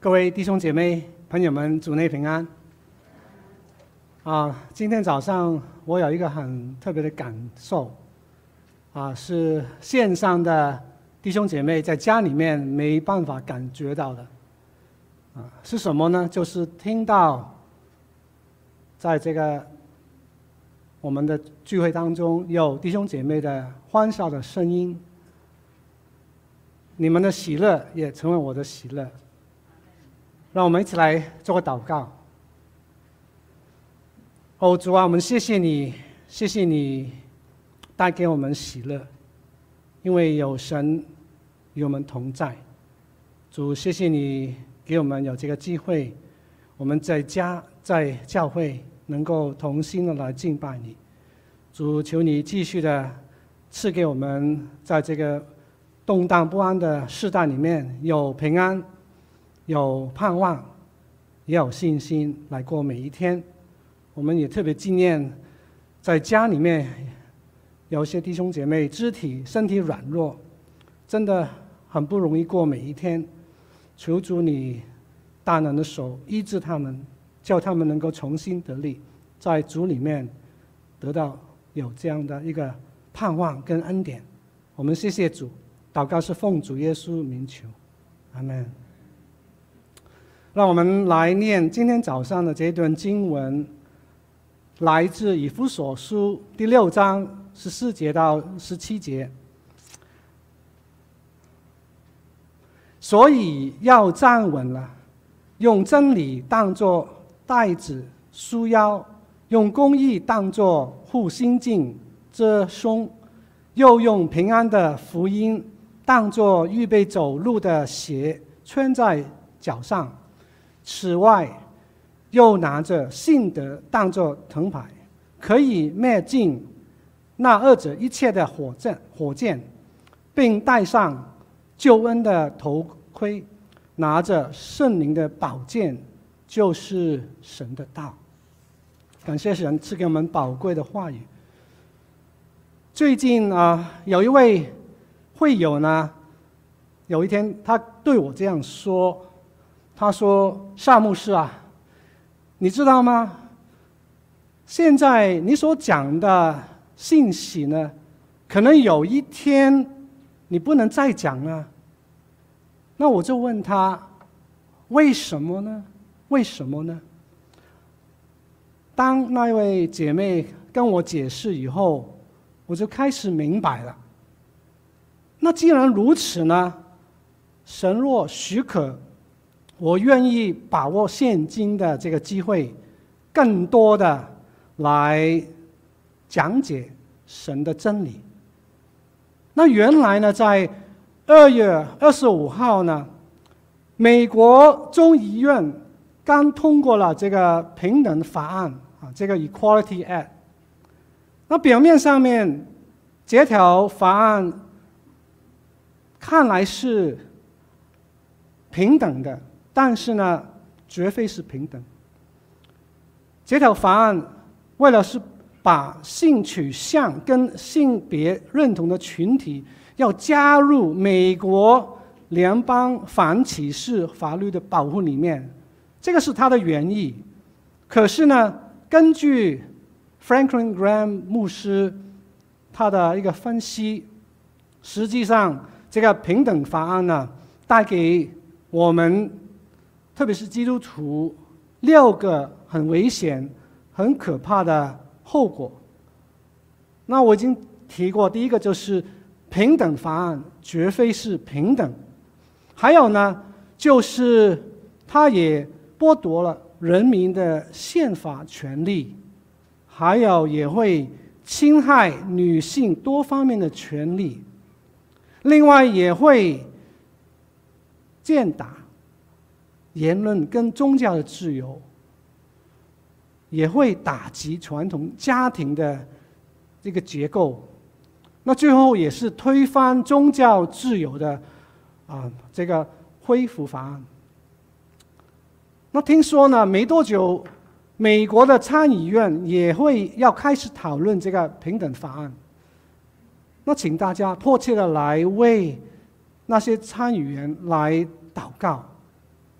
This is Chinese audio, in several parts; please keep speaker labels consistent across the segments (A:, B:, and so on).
A: 各位弟兄姐妹、朋友们，主内平安。今天早上我有一个很特别的感受，是线上的弟兄姐妹在家里面没办法感觉到的，是什么呢？就是听到在这个我们的聚会当中有弟兄姐妹的欢笑的声音，你们的喜乐也成为我的喜乐。让我们一起来做个祷告。主啊，我们谢谢你，谢谢你带给我们喜乐，因为有神与我们同在。主，谢谢你给我们有这个机会，我们在家在教会能够同心的来敬拜你。主，求你继续的赐给我们在这个动荡不安的世代里面有平安，有盼望，也有信心来过每一天。我们也特别纪念在家里面有一些弟兄姐妹身体软弱，真的很不容易过每一天。求主你大能的手医治他们，叫他们能够重新得力，在主里面得到有这样的一个盼望跟恩典。我们谢谢主，祷告是奉主耶稣名求，阿们。让我们来念今天早上的这段经文，来自以弗所书第6章14节到17节。所以要站稳了，用真理当作带子束腰，用公义当作护心镜遮胸，又用平安的福音当作预备走路的鞋穿在脚上。此外，又拿着信德当作藤牌，可以灭尽那二者一切的火箭，并戴上救恩的头盔，拿着圣灵的宝剑，就是神的道。感谢神赐给我们宝贵的话语。最近有一位会友呢，有一天他对我这样说，他说：夏牧师啊，你知道吗？现在你所讲的信息呢，可能有一天你不能再讲了。那我就问他，为什么呢？为什么呢？当那位姐妹跟我解释以后，我就开始明白了。那既然如此呢，神若许可，我愿意把握现今的这个机会，更多的来讲解神的真理。那原来呢，在2月25号呢，美国众议院刚通过了这个平等法案这个 Equality Act。那表面上面这条法案看来是平等的，但是呢，绝非是平等。这条法案为了是把性取向跟性别认同的群体要加入美国联邦反歧视法律的保护里面，这个是它的原意。可是呢，根据 Franklin Graham 牧师他的一个分析，实际上这个平等法案呢，带给我们特别是基督徒6个很危险、很可怕的后果。那我已经提过，第一个就是平等法案绝非是平等，还有呢，就是它也剥夺了人民的宪法权利，还有也会侵害女性多方面的权利，另外也会践踏言论跟宗教的自由，也会打击传统家庭的这个结构。那最后也是推翻宗教自由的这个恢复法案。那听说呢，没多久，美国的参议院也会要开始讨论这个平等法案。那请大家迫切的来为那些参议员来祷告，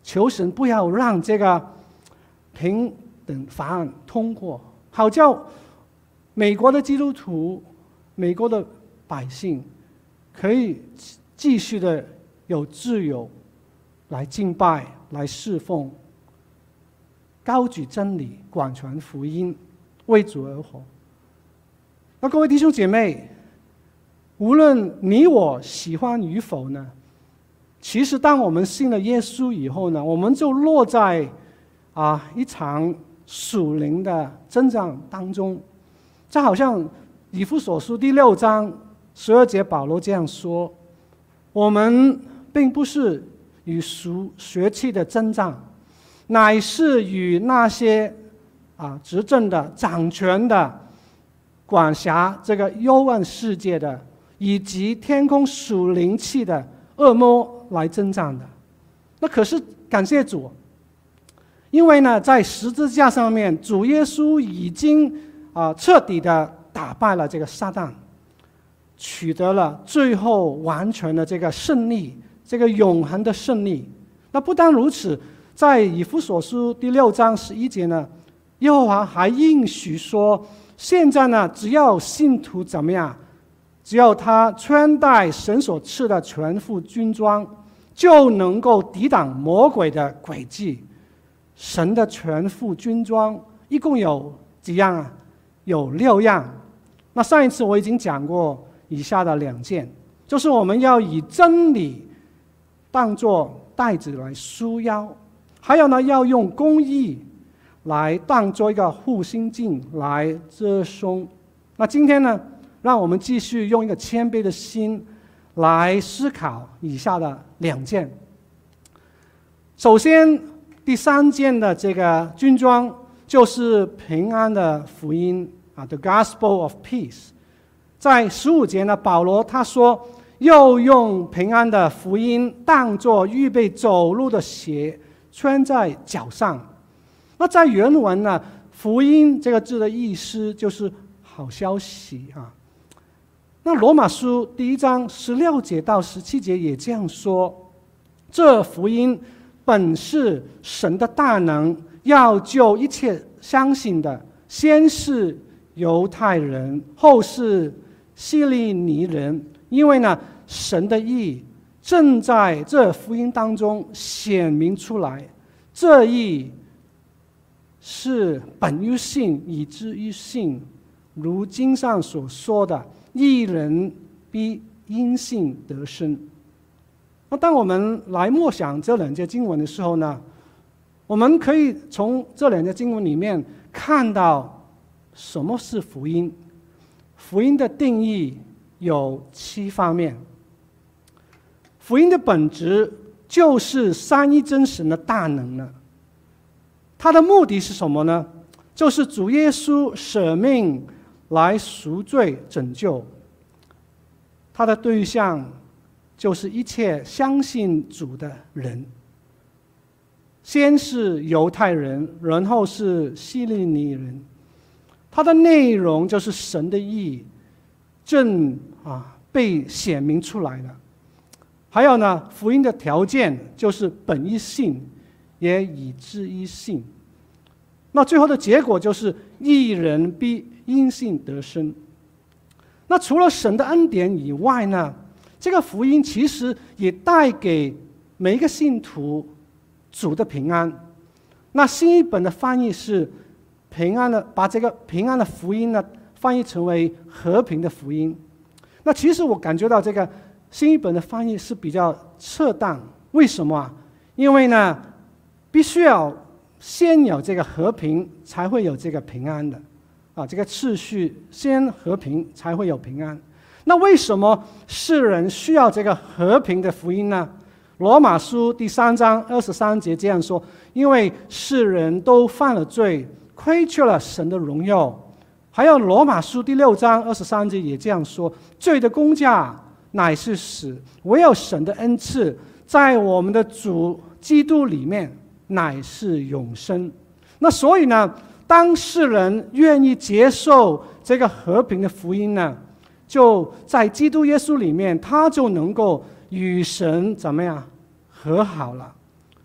A: 求神不要让这个平等法案通过，好叫美国的基督徒、美国的百姓可以继续的有自由来敬拜、来侍奉，高举真理，广传福音，为主而活。那各位弟兄姐妹，无论你我喜欢与否呢，其实当我们信了耶稣以后呢，我们就落在一场属灵的征战当中。这好像以弗所书第6章12节保罗这样说：我们并不是与属血气的征战，乃是与那些执政的、掌权的、管辖这个幽暗世界的，以及天空属灵气的恶魔来征战的。那可是感谢主，因为呢，在十字架上面，主耶稣已经彻底的打败了这个撒旦，取得了最后完全的这个胜利，这个永恒的胜利。那不单如此，在以弗所书第6章11节呢，耶和华还应许说，现在呢，只要信徒怎么样，只要他穿戴神所赐的全副军装，就能够抵挡魔鬼的诡计。神的全副军装一共有几样啊？有6样。那上一次我已经讲过以下的2件，就是我们要以真理当作带子来束腰，还有呢，要用公义来当作一个护心镜来遮胸。那今天呢，让我们继续用一个谦卑的心来思考以下的2件。首先，第3件的这个军装就是平安的福音，The Gospel of Peace。在15节呢，保罗他说，又用平安的福音当作预备走路的鞋穿在脚上。那在原文呢，福音这个字的意思就是好消息啊。那罗马书第1章16节到17节也这样说，这福音本是神的大能，要救一切相信的，先是犹太人，后是希利尼人。因为呢，神的义正在这福音当中显明出来，这义是本于信，以至于信，如经上所说的，义人必因信得生。那当我们来默想这2节经文的时候呢，我们可以从这2节经文里面看到什么是福音。福音的定义有7方面。福音的本质就是三一真神的大能了。它的目的是什么呢？就是主耶稣舍命来赎罪拯救。它的对象就是一切相信主的人，先是犹太人，然后是希利尼人。它的内容就是神的义正被显明出来了。还有呢，福音的条件就是本于信，也以至于信。那最后的结果就是义人必因信得生。那除了神的恩典以外呢，这个福音其实也带给每一个信徒主的平安。那新译本的翻译是平安的，把这个平安的福音呢翻译成为和平的福音。那其实我感觉到这个新译本的翻译是比较恰当。为什么啊？因为呢，必须要先有这个和平，才会有这个平安的这个次序，先和平才会有平安。那为什么世人需要这个和平的福音呢？罗马书第3章23节这样说：因为世人都犯了罪，亏缺了神的荣耀。还有罗马书第6章23节也这样说：罪的工价乃是死，唯有神的恩赐在我们的主基督里面乃是永生。那所以呢，当世人愿意接受这个和平的福音呢，就在基督耶稣里面，他就能够与神怎么样和好了。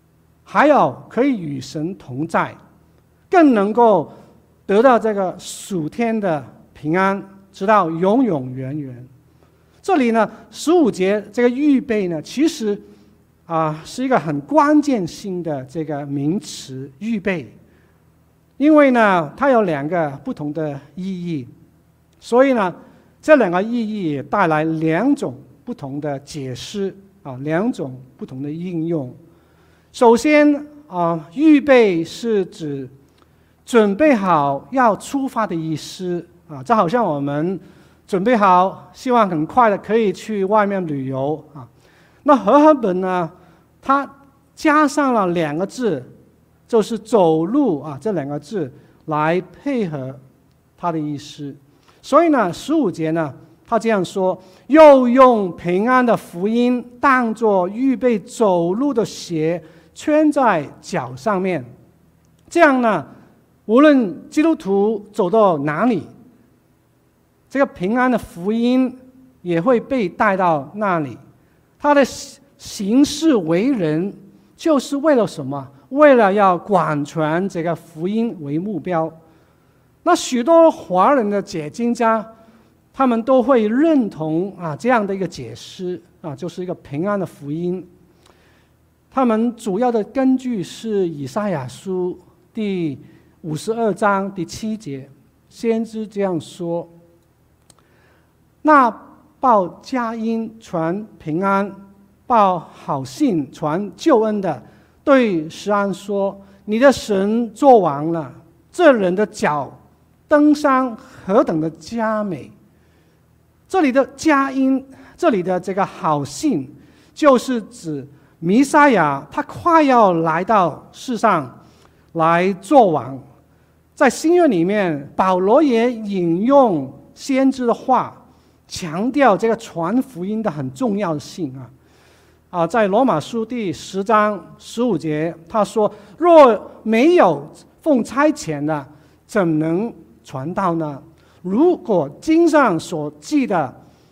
A: 还有可以与神同在，更能够得到这个属天的平安，直到永永远远。这里呢，15节这个预备呢，其实是一个很关键性的这个名词，预备。因为呢，它有2个不同的意义，所以呢，这2个意义也带来2种不同的解释，2种不同的应用。首先预备是指准备好要出发的意思这好像我们准备好，希望很快的可以去外面旅游那和合本呢，它加上了2个字，就是走路这2个字来配合它的意思。所以呢，15节呢，他这样说：又用平安的福音当作预备走路的鞋，圈在脚上面。这样呢，无论基督徒走到哪里，这个平安的福音也会被带到那里。他的行事为人就是为了什么？为了要广传这个福音为目标。那许多华人的解经家，他们都会认同这样的一个解释就是一个平安的福音。他们主要的根据是以赛亚书第52章第7节，先知这样说：那报佳音传平安，报好信传救恩的，对石安说：你的神作王了，这人的脚登上何等的佳美。这里的佳音，这里的这个好信，就是指弥赛亚他快要来到世上来作王。在新约里面，保罗也引用先知的话，强调这个传福音的很重要性在罗马书第10章15节，他说：若没有奉差遣的，怎能传道呢？如果经上所记的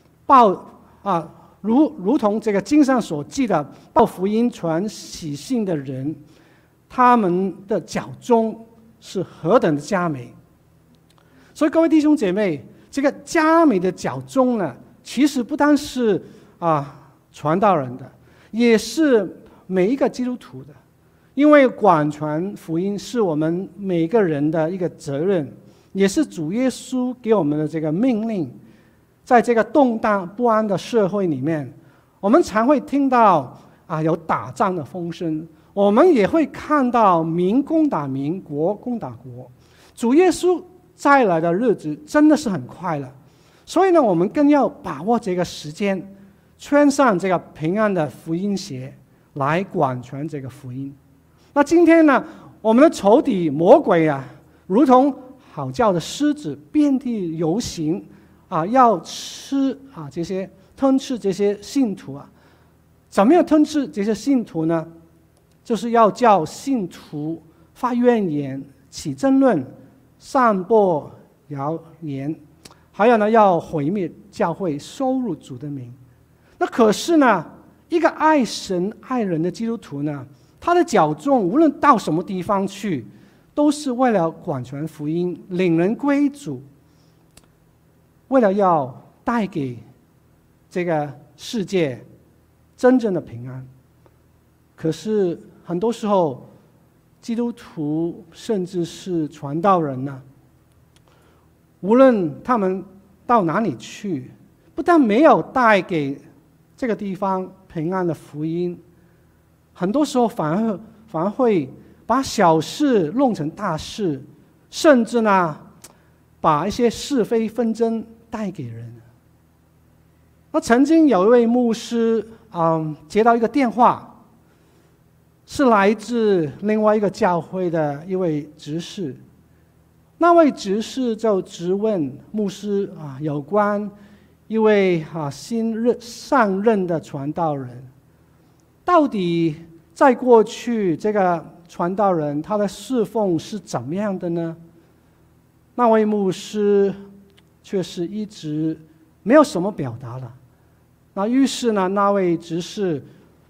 A: 如同这个经上所记的报福音传喜信的人，他们的脚中是何等的佳美。所以各位弟兄姐妹，这个佳美的脚中呢，其实不单是传道人的，也是每一个基督徒的。因为广传福音是我们每个人的一个责任，也是主耶稣给我们的这个命令。在这个动荡不安的社会里面，我们常会听到有打仗的风声，我们也会看到民攻打民，国攻打国。主耶稣再来的日子真的是很快了，所以呢，我们更要把握这个时间，穿上这个平安的福音鞋，来广传这个福音。那今天呢，我们的仇敌魔鬼如同嚎叫的狮子，遍地游行要吃这些吞吃这些信徒怎么样吞吃这些信徒呢？就是要叫信徒发怨言、起争论、散播谣言，还有呢，要毁灭教会、羞辱主的名。那可是呢，一个爱神爱人的基督徒呢，他的脚中无论到什么地方去，都是为了广传福音、领人归主，为了要带给这个世界真正的平安。可是很多时候，基督徒甚至是传道人呢，无论他们到哪里去，不但没有带给这个地方平安的福音，很多时候反而会把小事弄成大事，甚至呢，把一些是非纷争带给人。那曾经有一位牧师接到一个电话，是来自另外一个教会的一位执事。那位执事就质问牧师有关一位上任的传道人，到底在过去这个传道人他的侍奉是怎么样的呢？那位牧师却是一直没有什么表达了。那于是呢，那位执事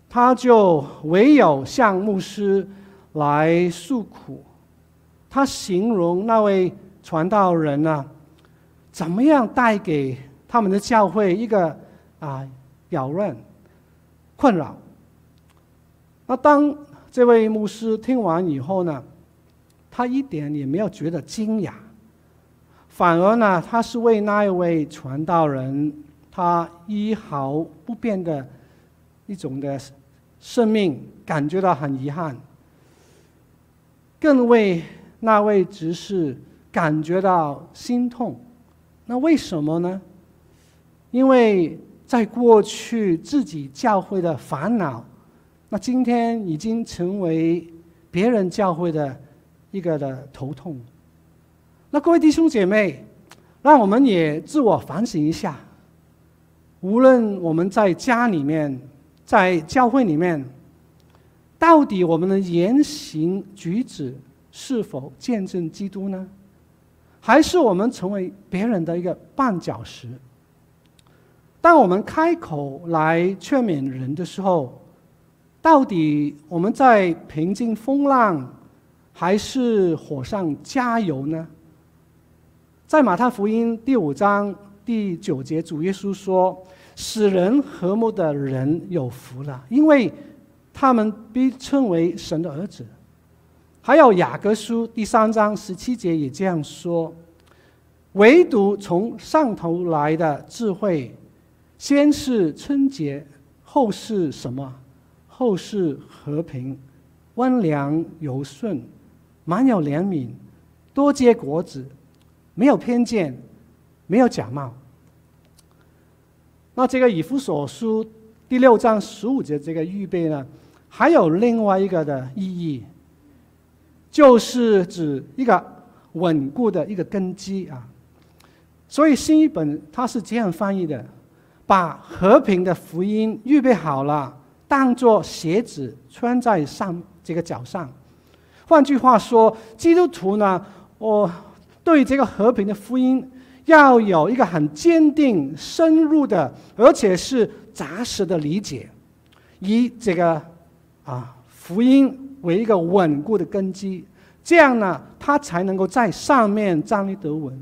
A: 他就唯有向牧师来诉苦。他形容那位传道人呢，怎么样带给他们的教会一个扰乱、困扰。那当这位牧师听完以后呢，他一点也没有觉得惊讶，反而呢，他是为那一位传道人他丝毫不变的一种的生命感觉到很遗憾，更为那位执事感觉到心痛。那为什么呢？因为在过去自己教会的烦恼，那今天已经成为别人教会的一个的头痛。那各位弟兄姐妹，让我们也自我反省一下，无论我们在家里面，在教会里面，到底我们的言行举止是否见证基督呢？还是我们成为别人的一个绊脚石？当我们开口来劝勉人的时候，到底我们在平静风浪，还是火上加油呢？在马太福音第5章第9节，主耶稣说：“使人和睦的人有福了，因为他们被称为神的儿子。”还有雅各书第3章17节也这样说：“唯独从上头来的智慧，先是贞洁，后是什么？后是和平，温良柔顺，满有怜悯，多结果子，没有偏见，没有假冒。”那这个以弗所书第6章15节这个预备呢，还有另外一个的意义，就是指一个稳固的一个根基啊。所以新译本它是这样翻译的：把和平的福音预备好了，当作鞋子穿在这个脚上。换句话说，基督徒呢，对这个和平的福音要有一个很坚定、深入的，而且是扎实的理解，以这个福音为一个稳固的根基，这样呢，他才能够在上面站立得稳。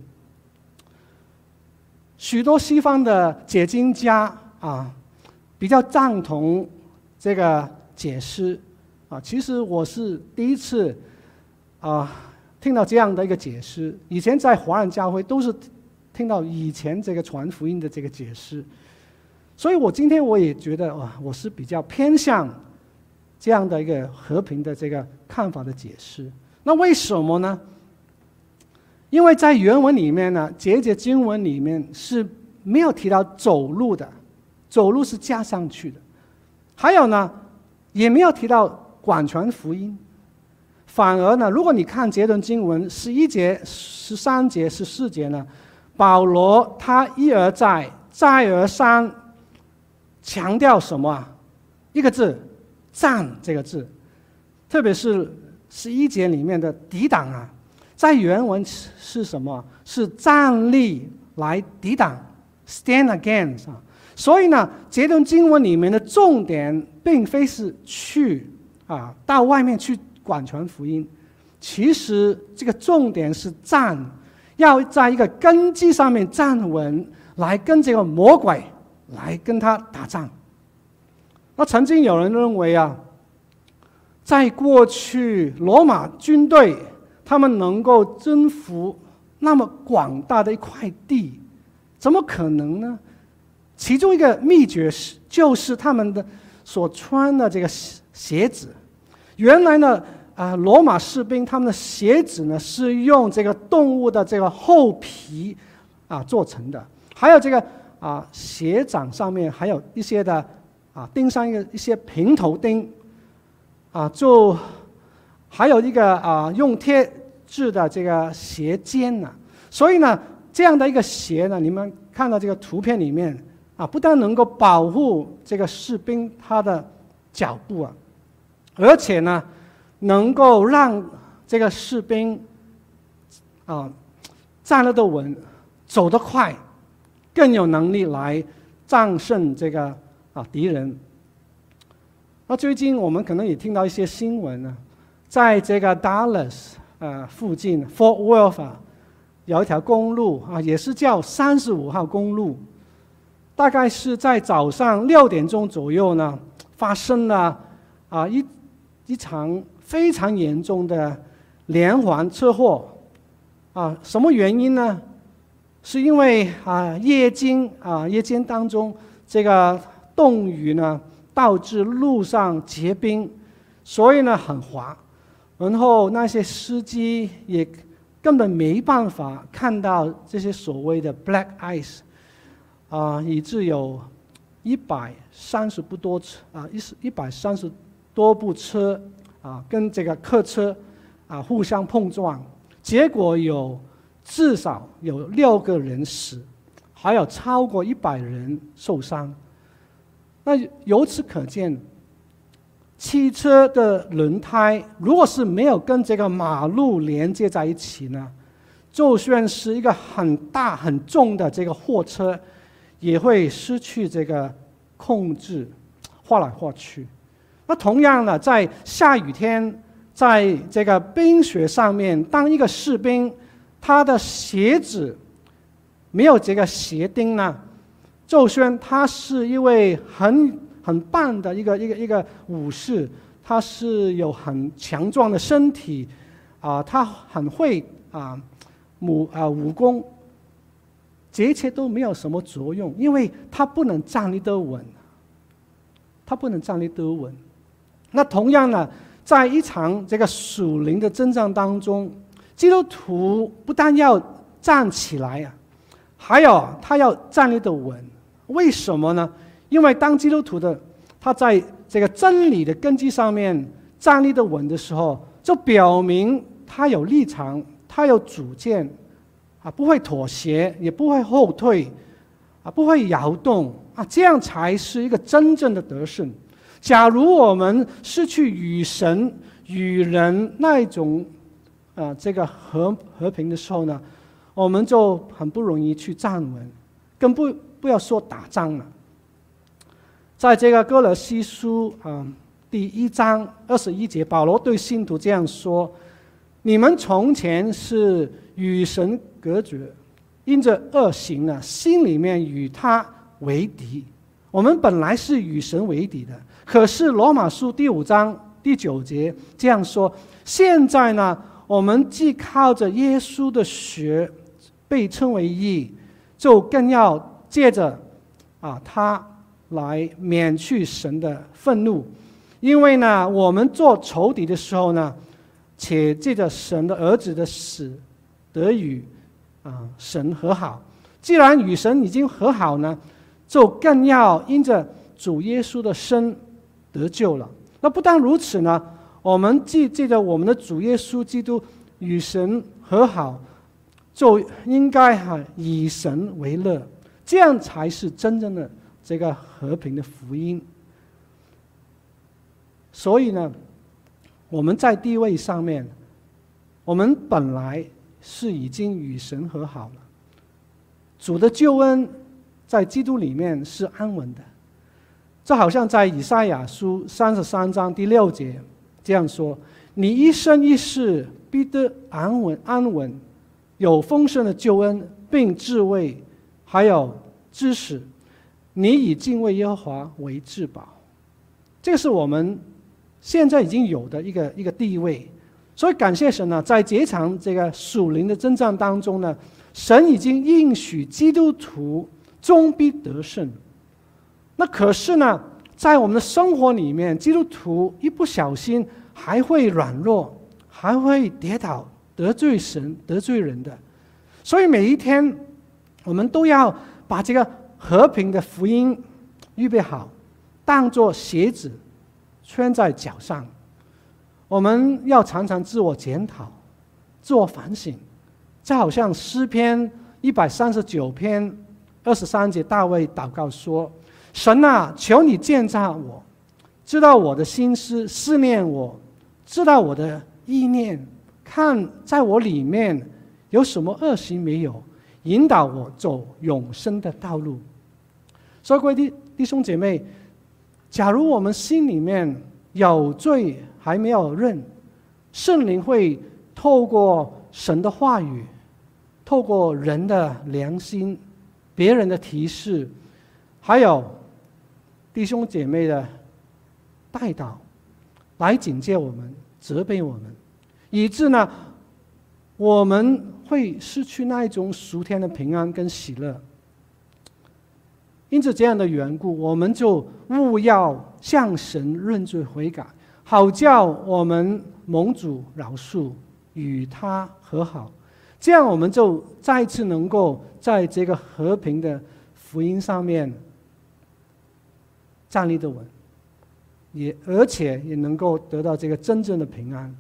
A: 许多西方的解经家比较赞同这个解释其实我是第一次听到这样的一个解释。以前在华人教会都是听到以前这个传福音的这个解释，所以我今天我也觉得我是比较偏向这样的一个和平的这个看法的解释。那为什么呢？因为在原文里面呢，这节经文里面是没有提到走路的，走路是加上去的。还有呢，也没有提到广传福音。反而呢，如果你看这段经文11节、13节、14节呢，保罗他一而再、再而三强调什么？一个字，站这个字。特别是11节里面的抵挡在原文是什么？是站立来抵挡 ，stand against 所以呢，这段经文里面的重点并非是去到外面去广传福音，其实这个重点是站，要在一个根基上面站稳，来跟这个魔鬼来跟他打仗。那曾经有人认为在过去罗马军队他们能够征服那么广大的一块地，怎么可能呢？其中一个秘诀就是他们的所穿的这个鞋子。原来呢，罗马士兵他们的鞋子呢是用这个动物的这个厚皮做成的，还有这个鞋掌上面还有一些的钉上一些平头钉就还有一个用铁制的这个鞋尖所以呢，这样的一个鞋呢，你们看到这个图片里面不但能够保护这个士兵他的脚步而且呢，能够让这个士兵站得稳，走得快，更有能力来战胜这个敌人。 那最近我们可能也听到一些新闻呢，在这个 Dallas 附近 Fort Worth 有一条公路也是叫35号公路，大概是在早上6点钟左右呢，发生了一场非常严重的连环车祸什么原因呢？是因为夜间当中这个冻雨呢导致路上结冰，所以呢很滑，然后那些司机也根本没办法看到这些所谓的 black ice 以致有130多部车跟这个客车互相碰撞，结果至少有6个人死，还有超过100人受伤。那由此可见，汽车的轮胎如果是没有跟这个马路连接在一起呢，就算是一个很大很重的这个货车，也会失去这个控制，滑来滑去。那同样的，在下雨天，在这个冰雪上面，当一个士兵他的鞋子没有这个鞋钉呢，就算他是一位很棒的一个武士，他是有很强壮的身体他很会武功，这一切都没有什么作用，因为他不能站立得稳，那同样呢，在一场这个属灵的征战当中，基督徒不但要站起来还有他要站立得稳。为什么呢？因为当基督徒他在这个真理的根基上面站立得稳的时候，就表明他有立场，他有主见不会妥协，也不会后退不会摇动这样才是一个真正的得胜。假如我们失去与神与人那一种这个和平的时候呢，我们就很不容易去站稳，更不要说打仗了。在这个哥罗西书第1章21节，保罗对信徒这样说：你们从前是与神隔绝，因着恶行心里面与他为敌。我们本来是与神为敌的，可是罗马书第5章第9节这样说：现在呢，我们既靠着耶稣的血被称为义，就更要借着他来免去神的愤怒。因为呢，我们做仇敌的时候呢，且借着神的儿子的死得与神和好。既然与神已经和好呢，就更要因着主耶稣的生得救了。那不但如此呢，我们既借着我们的主耶稣基督与神和好，就应该以神为乐，这样才是真正的这个和平的福音。所以呢，我们在地位上面，我们本来是已经与神和好了，主的救恩在基督里面是安稳的。这好像在以赛亚书33章第6节这样说：你一生一世必得安稳，有丰盛的救恩，并智慧，还有知识。你以敬畏耶和华为至宝。这个是我们现在已经有的一个地位。所以感谢神呢，在这场这个属灵的征战当中呢，神已经应许基督徒终必得胜。那可是呢，在我们的生活里面，基督徒一不小心还会软弱，还会跌倒，得罪神得罪人的。所以每一天我们都要把这个和平的福音预备好，当作鞋子穿在脚上。我们要常常自我检讨，自我反省。就好像诗篇139篇23节，大卫祷告说：神啊，求你鉴察我，知道我的心思，思念我，知道我的意念，看在我里面有什么恶行没有，引导我走永生的道路。所以各位弟兄姐妹， 假如我们心里面有罪还没有认，圣灵会透过神的话语，透过人的良心、别人的提示，还有弟兄姐妹的带导，来警戒我们、责备我们，以致呢，我们会失去那一种属天的平安跟喜乐。因此这样的缘故，我们就务要向神认罪悔改，好叫我们蒙主饶恕，与他和好。这样我们就再一次能够在这个和平的福音上面站立得稳，而且也能够得到这个真正的平安。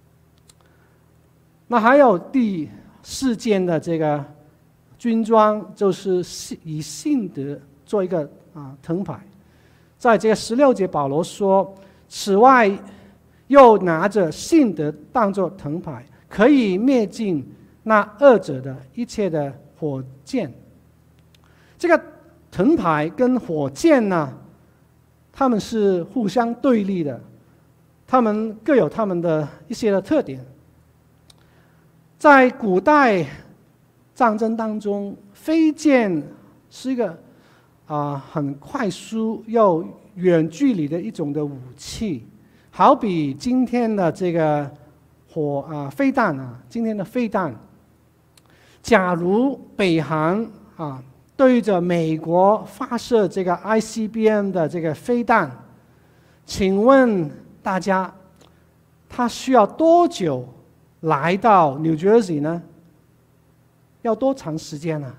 A: 那还有第4件的这个军装，就是以信德做一个藤牌。在这个16节，保罗说：“此外，又拿着信德当作藤牌，可以灭尽那恶者的一切的火箭。”这个藤牌跟火箭呢，他们是互相对立的，他们各有他们的一些的特点。在古代战争当中，飞箭是一个很快速又远距离的一种的武器，好比今天的这个飞弹今天的飞弹，假如北韩对着美国发射这个 ICBM 的这个飞弹，请问大家，它需要多久来到 New Jersey 呢？要多长时间呢？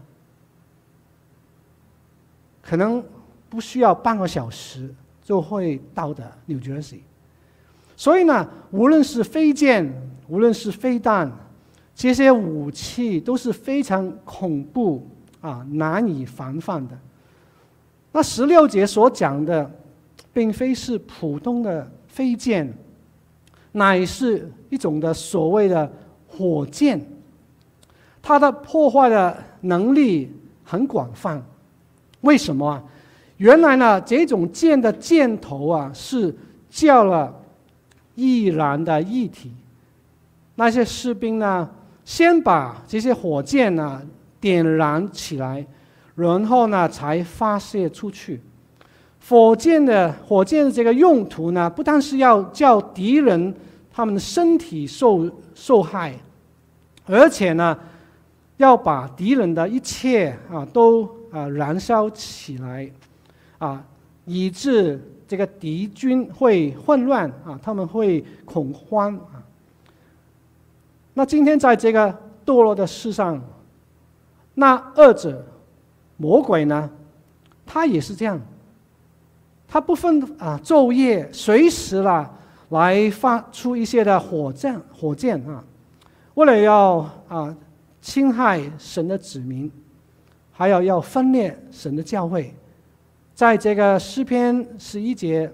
A: 可能不需要半个小时就会到的 New Jersey。所以呢，无论是飞箭，无论是飞弹，这些武器都是非常恐怖难以防范的。那16节所讲的，并非是普通的飞箭，乃是一种的所谓的火箭，它的破坏的能力很广泛。为什么原来呢，这种箭的箭头是叫了易燃的液体，那些士兵呢，先把这些火箭点燃起来，然后呢才发射出去。火箭的这个用途呢，不但是要叫敌人他们的身体受害，而且呢，要把敌人的一切都燃烧起来以致这个敌军会混乱他们会恐慌那今天在这个堕落的世上，那恶者魔鬼呢，他也是这样，他不分昼夜，随时来发出一些的火箭为了要侵害神的子民，还要分裂神的教会。在这个诗篇11节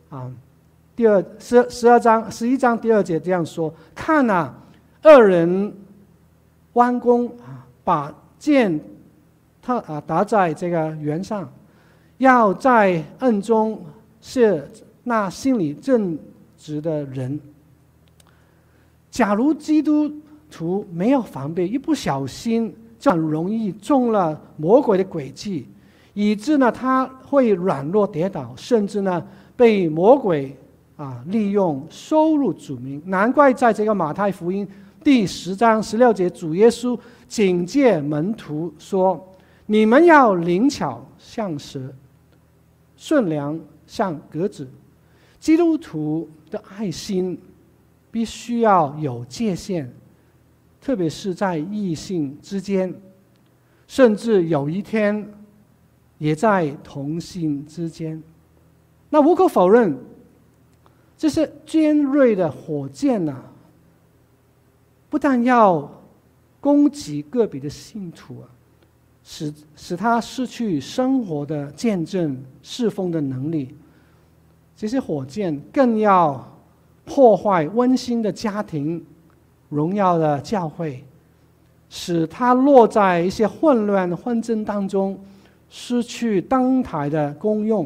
A: 11章第2节这样说：看恶人弯弓把箭打在这个弦上，要在暗中射那心里正直的人。假如基督徒没有防备，一不小心就很容易中了魔鬼的诡计，以致呢他会软弱跌倒，甚至呢被魔鬼利用收入主名。难怪在这个马太福音第10章16节，主耶稣警戒门徒说：你们要灵巧像蛇，顺良像鸽子。基督徒的爱心必须要有界限，特别是在异性之间，甚至有一天也在同性之间。那无可否认，这些尖锐的火箭不但要攻击个别的信徒使他失去生活的见证侍奉的能力，这些火箭更要破坏温馨的家庭、荣耀的教会，使他落在一些混乱的纷争当中，失去登台的功用，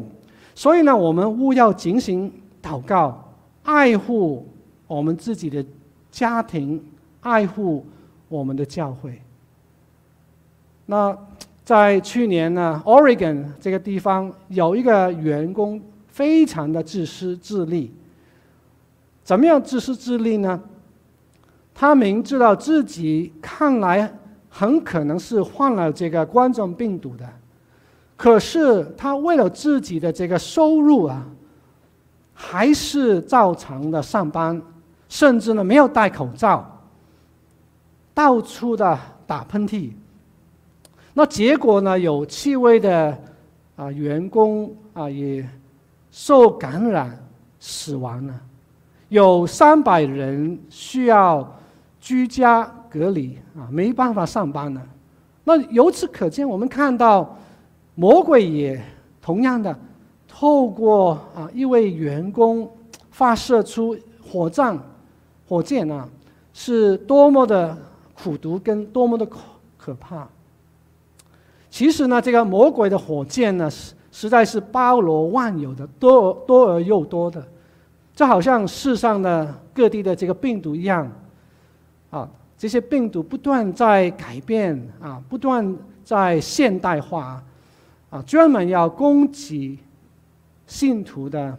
A: 所以呢，我们务要警醒祷告，爱护我们自己的家庭，爱护我们的教会。那在去年呢 ，Oregon 这个地方有一个员工非常的自私自利。怎么样自私自利呢？他明知道自己看来很可能是患了这个冠状病毒的，可是他为了自己的这个收入啊，还是照常的上班，甚至呢没有戴口罩，到处的打喷嚏。那结果呢，有7位的员工也受感染死亡了，有300人需要居家隔离没办法上班了。那由此可见，我们看到魔鬼也同样的透过一位员工发射出火箭是多么的苦毒跟多么的可怕。其实呢，这个魔鬼的火箭呢，实在是包罗万有的，多而又多的，就好像世上的各地的这个病毒一样，这些病毒不断在改变不断在现代化专门要攻击信徒的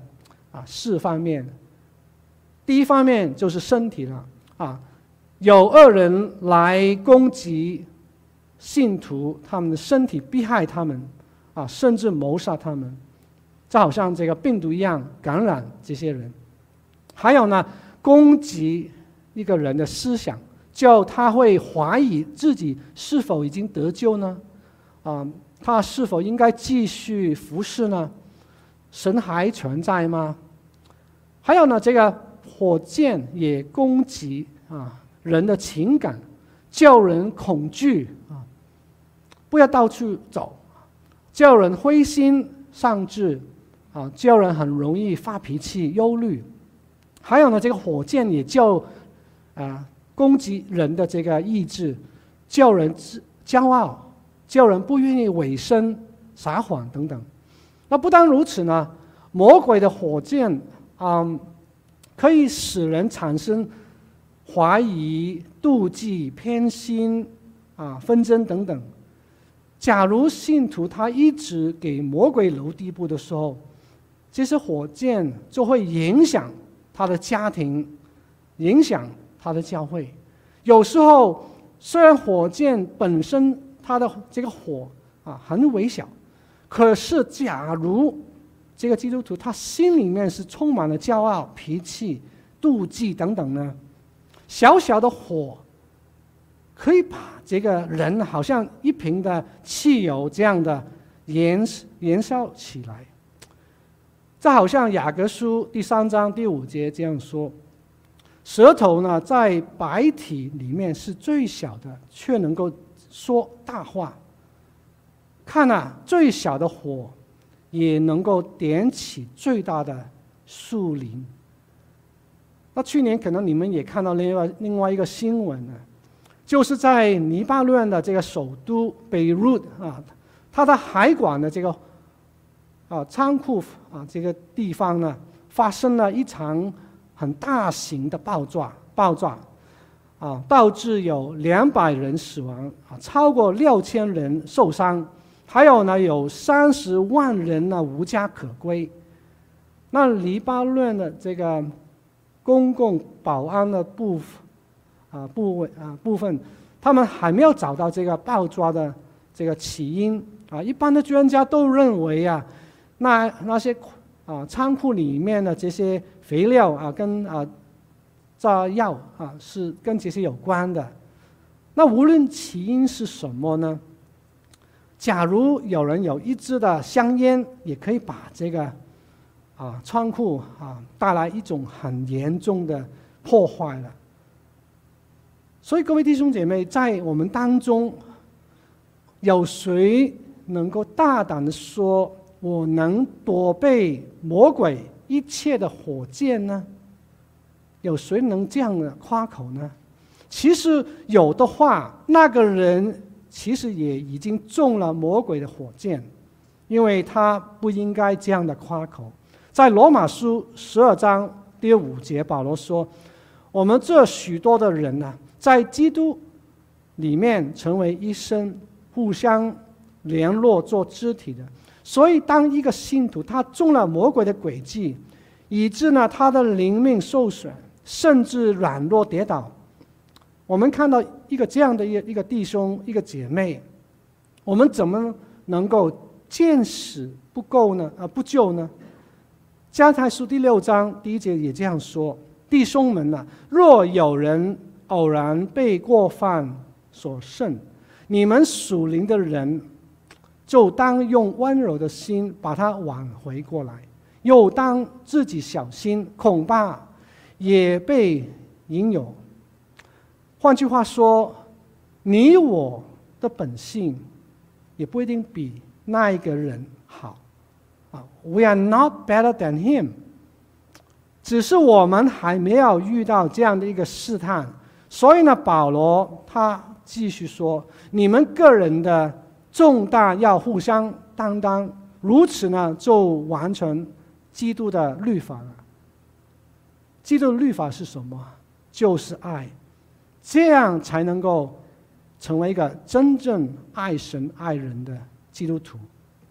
A: 4方面。第一方面就是身体了有恶人来攻击信徒他们的身体，迫害他们甚至谋杀他们，就好像这个病毒一样感染这些人。还有呢，攻击一个人的思想，就他会怀疑自己是否已经得救呢？他是否应该继续服侍呢？神还存在吗？还有呢，这个火箭也攻击人的情感，叫人恐惧不要到处走，叫人灰心丧志叫人很容易发脾气、忧虑。还有呢，这个火箭也叫攻击人的这个意志，叫人骄傲，叫人不愿意委身、撒谎等等。那不单如此呢，魔鬼的火箭可以使人产生怀疑、妒忌、偏心纷争等等。假如信徒他一直给魔鬼留地步的时候，这些火箭就会影响他的家庭，影响他的教会。有时候虽然火箭本身它的这个火很微小，可是假如这个基督徒他心里面是充满了骄傲、脾气、妒忌等等呢，小小的火可以把这个人好像一瓶的汽油这样的燃烧起来。这好像雅各书第3章第5节这样说：舌头呢，在百体里面是最小的，却能够说大话。看最小的火也能够点起最大的树林。那去年可能你们也看到另外一个新闻就是在黎巴嫩的这个首都贝鲁特它的海管的这个仓库这个地方呢，发生了一场很大型的爆炸导致有200人死亡超过6000人受伤，还有呢有30万人呢无家可归。那黎巴嫩的这个公共保安的部分，他们还没有找到这个爆炸的这个起因一般的专家都认为那些仓库里面的这些肥料跟炸药是跟这些有关的。那无论起因是什么呢？假如有人有一支的香烟，也可以把这个仓库带来一种很严重的破坏了。所以各位弟兄姐妹，在我们当中，有谁能够大胆的说我能躲避魔鬼一切的火箭呢？有谁能这样的夸口呢？其实有的话，那个人其实也已经中了魔鬼的火箭， 因为他不应该这样的夸口。在罗马书12章第5节，保罗说：“我们这许多的人呢，在基督里面成为一身，互相联络做肢体的。所以，当一个信徒他中了魔鬼的诡计，以致呢他的灵命受损，甚至软弱跌倒，我们看到一个这样的一个弟兄一个姐妹，我们怎么能够见死不救呢？加拉太书第6章第1节也这样说：弟兄们啊，若有人偶然被过犯所胜，你们属灵的人就当用温柔的心把他挽回过来，又当自己小心，恐怕也被引诱。换句话说，你我的本性也不一定比那一个人好。We are not better than him， 只是我们还没有遇到这样的一个试探。所以呢，保罗他继续说：你们个人的重担要互相担当，如此呢，就完成基督的律法了。基督的律法是什么？就是爱，这样才能够成为一个真正爱神爱人的基督徒。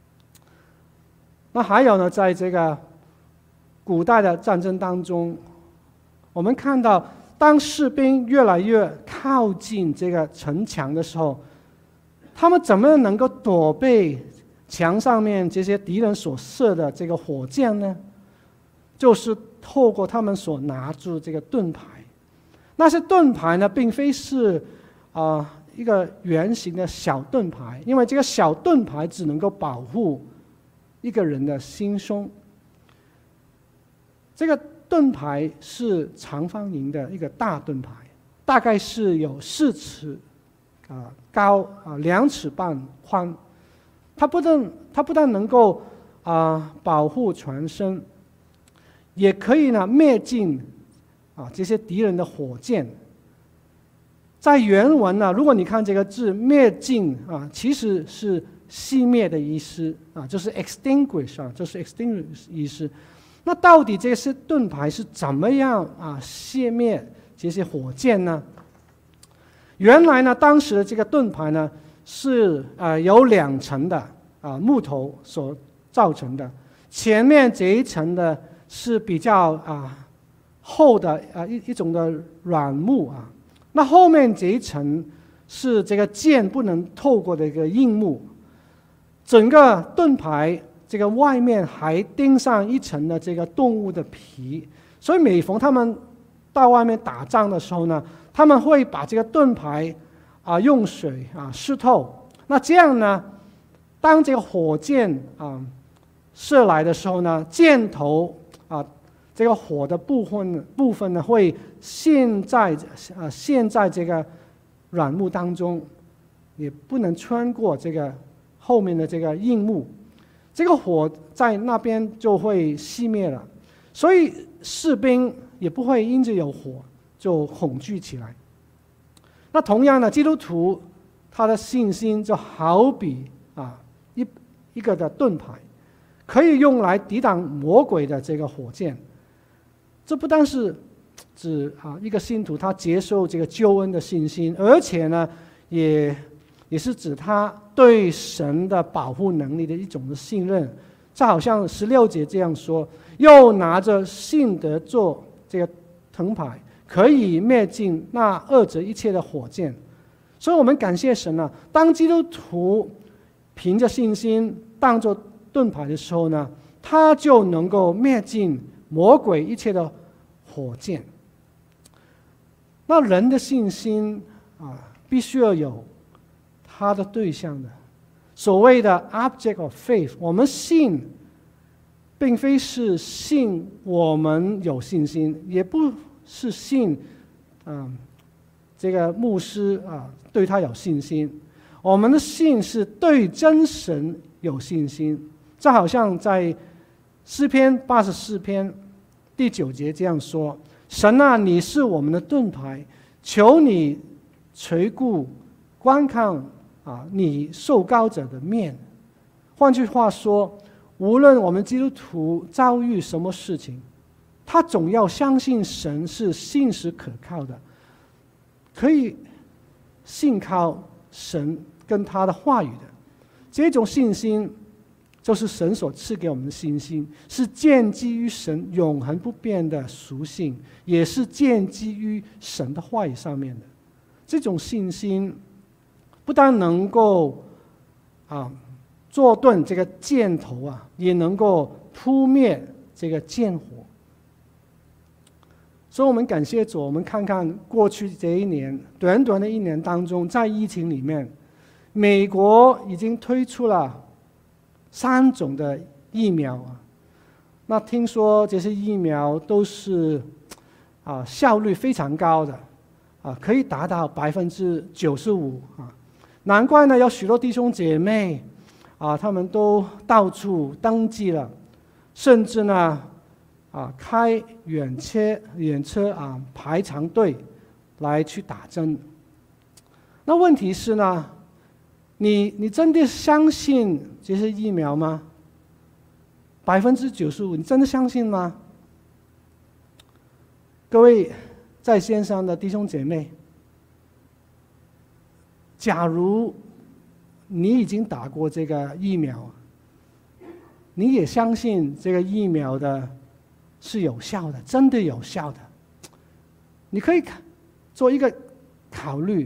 A: 那还有呢，在这个古代的战争当中，我们看到当士兵越来越靠近这个城墙的时候，他们怎么能够躲避墙上面这些敌人所射的这个火箭呢？就是透过他们所拿住这个盾牌。那些盾牌呢，并非是一个圆形的小盾牌，因为这个小盾牌只能够保护一个人的心胸。这个盾牌是长方形的一个大盾牌，大概是有4尺高2尺半宽。它不但能够保护全身，也可以呢灭尽这些敌人的火箭。在原文呢，如果你看这个字“灭尽”其实是熄灭的意思就是 extinguish 就是 extinguish 意思。那到底这些盾牌是怎么样熄灭这些火箭呢？原来呢，当时的这个盾牌呢是由2层的木头所造成的，前面这一层呢是比较厚的一种的软木那后面这一层是这个箭不能透过的一个硬木。整个盾牌这个外面还钉上一层的这个动物的皮，所以每逢他们到外面打仗的时候呢，他们会把这个盾牌用水湿透。那这样呢，当这个火箭射来的时候呢，箭头这个火的部分呢会陷在这个软木当中，也不能穿过这个后面的这个硬木，这个火在那边就会熄灭了，所以士兵也不会因着有火就恐惧起来。那同样呢，基督徒他的信心就好比一个的盾牌，可以用来抵挡魔鬼的这个火箭。这不单是指一个信徒他接受这个救恩的信心，而且呢，也是指他对神的保护能力的一种的信任。这好像16节这样说：又拿着信德做这个藤牌，可以灭尽那恶者一切的火箭。所以我们感谢神当基督徒凭着信心当作盾牌的时候呢，他就能够灭尽魔鬼一切的火箭。那人的信心必须要有他的对象的。所谓的 object of faith， 我们信并非是信我们有信心，也不是信这个牧师对他有信心。我们的信是对真神有信心。这好像在诗篇84篇第9节这样说：神你是我们的盾牌，求你垂顾观看你受膏者的面。 换句话说，无论我们基督徒遭遇什么事情，他总要相信神是信实可靠的，可以信靠神跟他的话语的。这种信心就是神所赐给我们的信心，是建基于神永恒不变的属性，也是建基于神的话语上面的。这种信心不但能够坐顿这个箭头也能够扑灭这个箭火。所以我们感谢主，我们看看过去这一年，短短的一年当中，在疫情里面，美国已经推出了3种的疫苗那听说这些疫苗都是效率非常高的可以达到95%难怪呢，有许多弟兄姐妹他们都到处登记了，甚至呢开远车排长队来去打针。那问题是呢，你真的相信这些疫苗吗？95%，你真的相信吗？各位在线上的弟兄姐妹，假如你已经打过这个疫苗，你也相信这个疫苗的是有效的，真的有效的，你可以做一个考虑，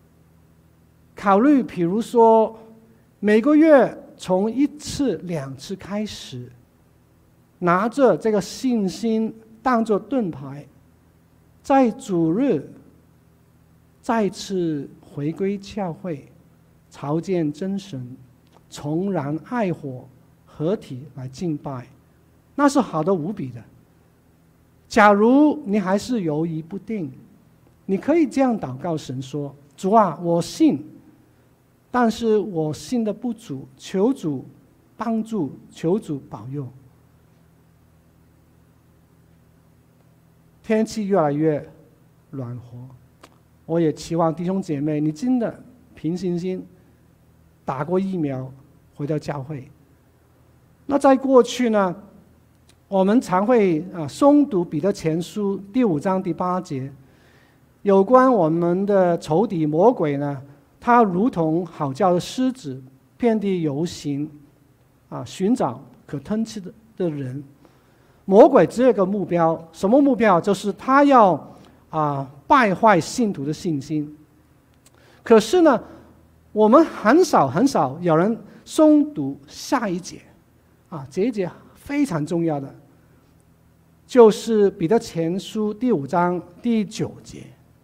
A: 比如说每个月从1次、2次开始，拿着这个信心当作盾牌，在主日再次回归教会，朝见真神，重燃爱火，合体来敬拜，那是好的无比的。假如你还是犹豫不定，你可以这样祷告神说：主啊，我信，但是我信的不足，求主帮助，求主保佑。天气越来越暖和，我也期望弟兄姐妹，你真的凭信心打过疫苗，回到教会。那在过去呢，我们常会诵读彼得前书第5章第8节，有关我们的仇敌魔鬼呢，他如同嚎叫的狮子，遍地游行，寻找可吞吃的人。魔鬼只有一个目标，什么目标？就是他要败坏信徒的信心。可是呢，我们很少有人诵读下一节这一节非常重要的，就是彼得前书第5章第9节。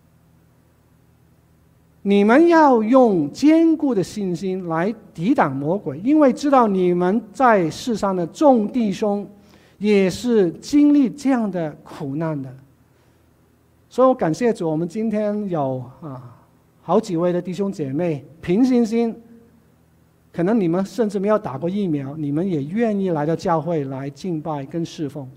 A: 你们要用坚固的信心来抵挡魔鬼，因为知道你们在世上的众弟兄也是经历这样的苦难的。所以我感谢主，我们今天有好几位的弟兄姐妹凭信心，可能你们甚至没有打过疫苗，你们也愿意来到教会来敬拜跟侍奉。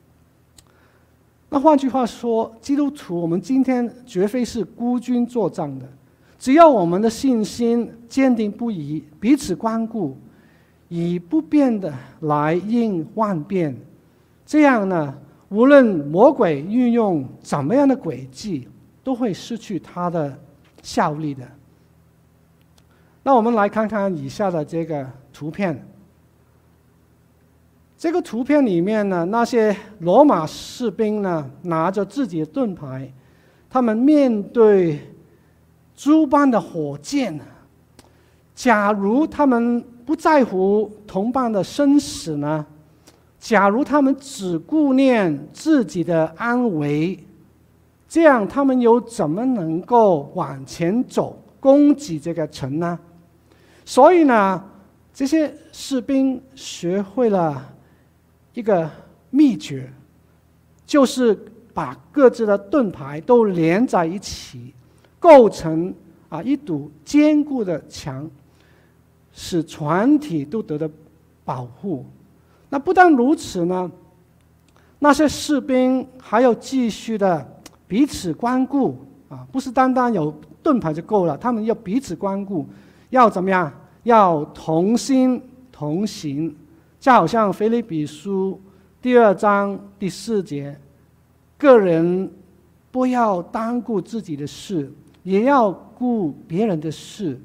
A: 那换句话说，基督徒我们今天绝非是孤军作战的，只要我们的信心坚定不移，彼此关顾，以不变的来应万变，这样呢，无论魔鬼运用怎么样的诡计，都会失去它的效力的。那我们来看看以下的这个图片。这个图片里面呢，那些罗马士兵呢，拿着自己的盾牌，他们面对诸般的火箭。假如他们不在乎同伴的生死呢？假如他们只顾念自己的安危，这样他们又怎么能够往前走，攻击这个城呢？所以呢，这些士兵学会了一个秘诀，就是把各自的盾牌都连在一起，构成一堵坚固的墙，使全体都得到保护。那不但如此呢，那些士兵还要继续的彼此关顾不是单单有盾牌就够了，他们要彼此关顾，要怎么样？要同心同行，就好像腓立比书2章第4节，个人不要单顾自己的事，也要顾别人的事。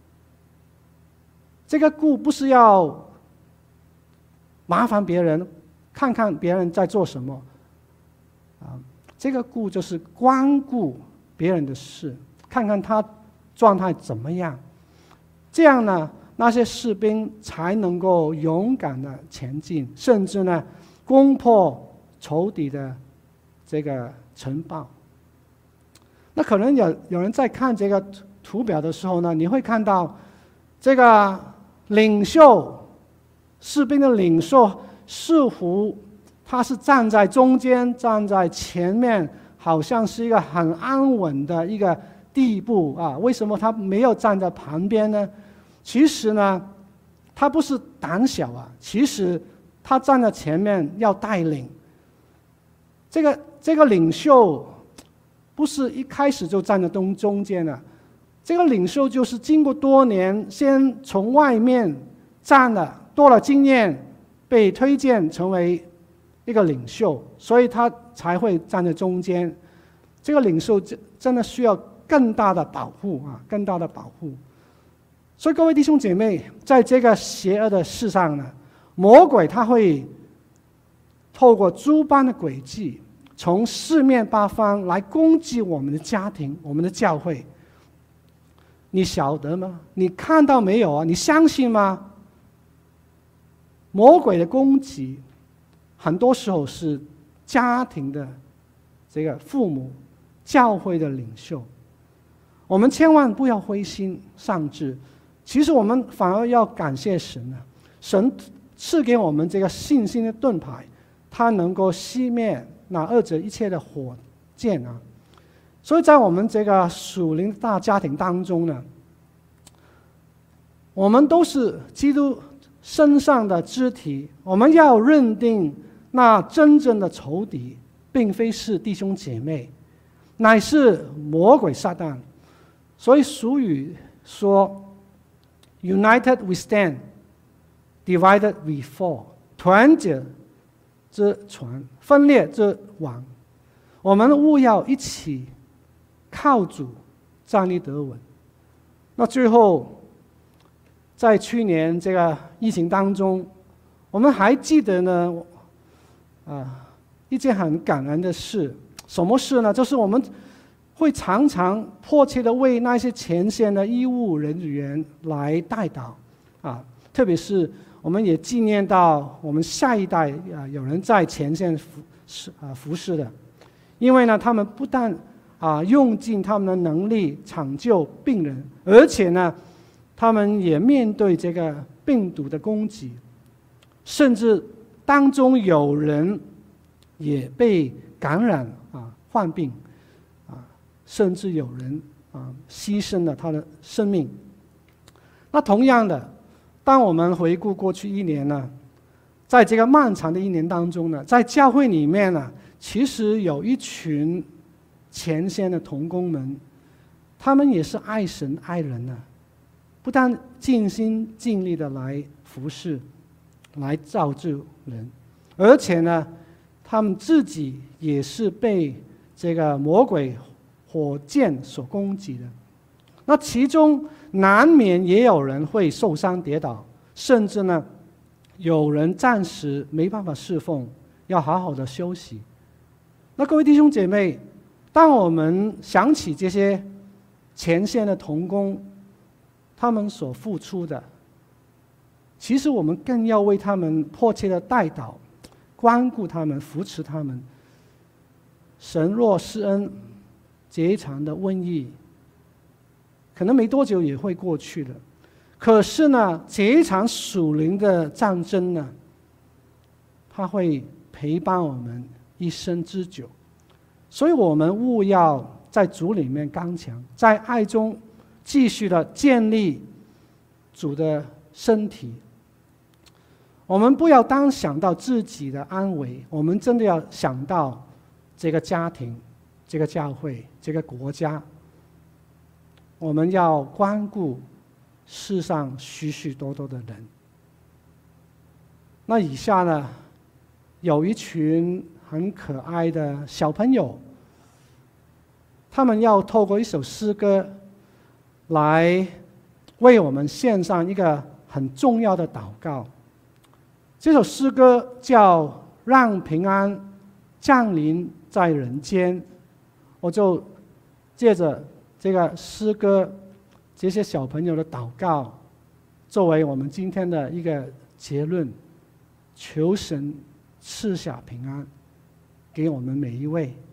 A: 这个顾不是要麻烦别人，看看别人在做什么，这个顾就是关顾别人的事，看看他状态怎么样。这样呢，那些士兵才能够勇敢的前进，甚至呢，攻破仇敌的这个城堡。那可能有人在看这个图表的时候呢，你会看到这个领袖，士兵的领袖似乎他是站在中间，站在前面，好像是一个很安稳的一个地步啊。为什么他没有站在旁边呢？其实呢，他不是胆小啊，其实他站在前面要带领。这个领袖不是一开始就站在中间的，这个领袖就是经过多年，先从外面站了，多了经验，被推荐成为一个领袖，所以他才会站在中间。这个领袖真的需要更大的保护啊，更大的保护。所以各位弟兄姐妹，在这个邪恶的世上呢，魔鬼他会透过诸般的诡计，从四面八方来攻击我们的家庭、我们的教会。你晓得吗？你看到没有啊？你相信吗？魔鬼的攻击，很多时候是家庭的这个父母、教会的领袖。我们千万不要灰心丧志，其实我们反而要感谢神啊！神赐给我们这个信心的盾牌，它能够熄灭那恶者一切的火箭啊！所以在我们这个属灵大家庭当中呢，我们都是基督身上的肢体，我们要认定那真正的仇敌并非是弟兄姐妹，乃是魔鬼撒旦。所以俗语说 United we stand, divided we fall， 团结之船，分裂之网。我们务要一起靠主站立得稳。那最后，在去年这个疫情当中，我们还记得呢，一件很感人的事。什么事呢？就是我们会常常迫切的为那些前线的医务人员来代祷啊，特别是我们也纪念到我们下一代有人在前线服侍的，因为呢，他们不但用尽他们的能力抢救病人，而且呢，他们也面对这个病毒的攻击，甚至当中有人也被感染患病甚至有人牺牲了他的生命。那同样的，当我们回顾过去一年呢，在这个漫长的一年当中呢，在教会里面呢，其实有一群前线的同工们，他们也是爱神爱人的，不但尽心尽力的来服侍，来造就人，而且呢，他们自己也是被这个魔鬼火箭所攻击的。那其中难免也有人会受伤跌倒，甚至呢，有人暂时没办法侍奉，要好好的休息。那各位弟兄姐妹，当我们想起这些前线的同工，他们所付出的，其实我们更要为他们迫切的代祷，关顾他们，扶持他们。神若施恩，这一场的瘟疫可能没多久也会过去的，可是呢，这一场属灵的战争呢，它会陪伴我们一生之久。所以我们务要在主里面刚强，在爱中继续的建立主的身体。我们不要单想到自己的安危，我们真的要想到这个家庭、这个教会、这个国家。我们要关顾世上许许多多的人。 那以下呢，有一群很可爱的小朋友，他们要透过一首诗歌来为我们献上一个很重要的祷告。这首诗歌叫《让平安降临在人间》，我就借着这个诗歌，这些小朋友的祷告，作为我们今天的一个结论。求神赐下平安给我们每一位。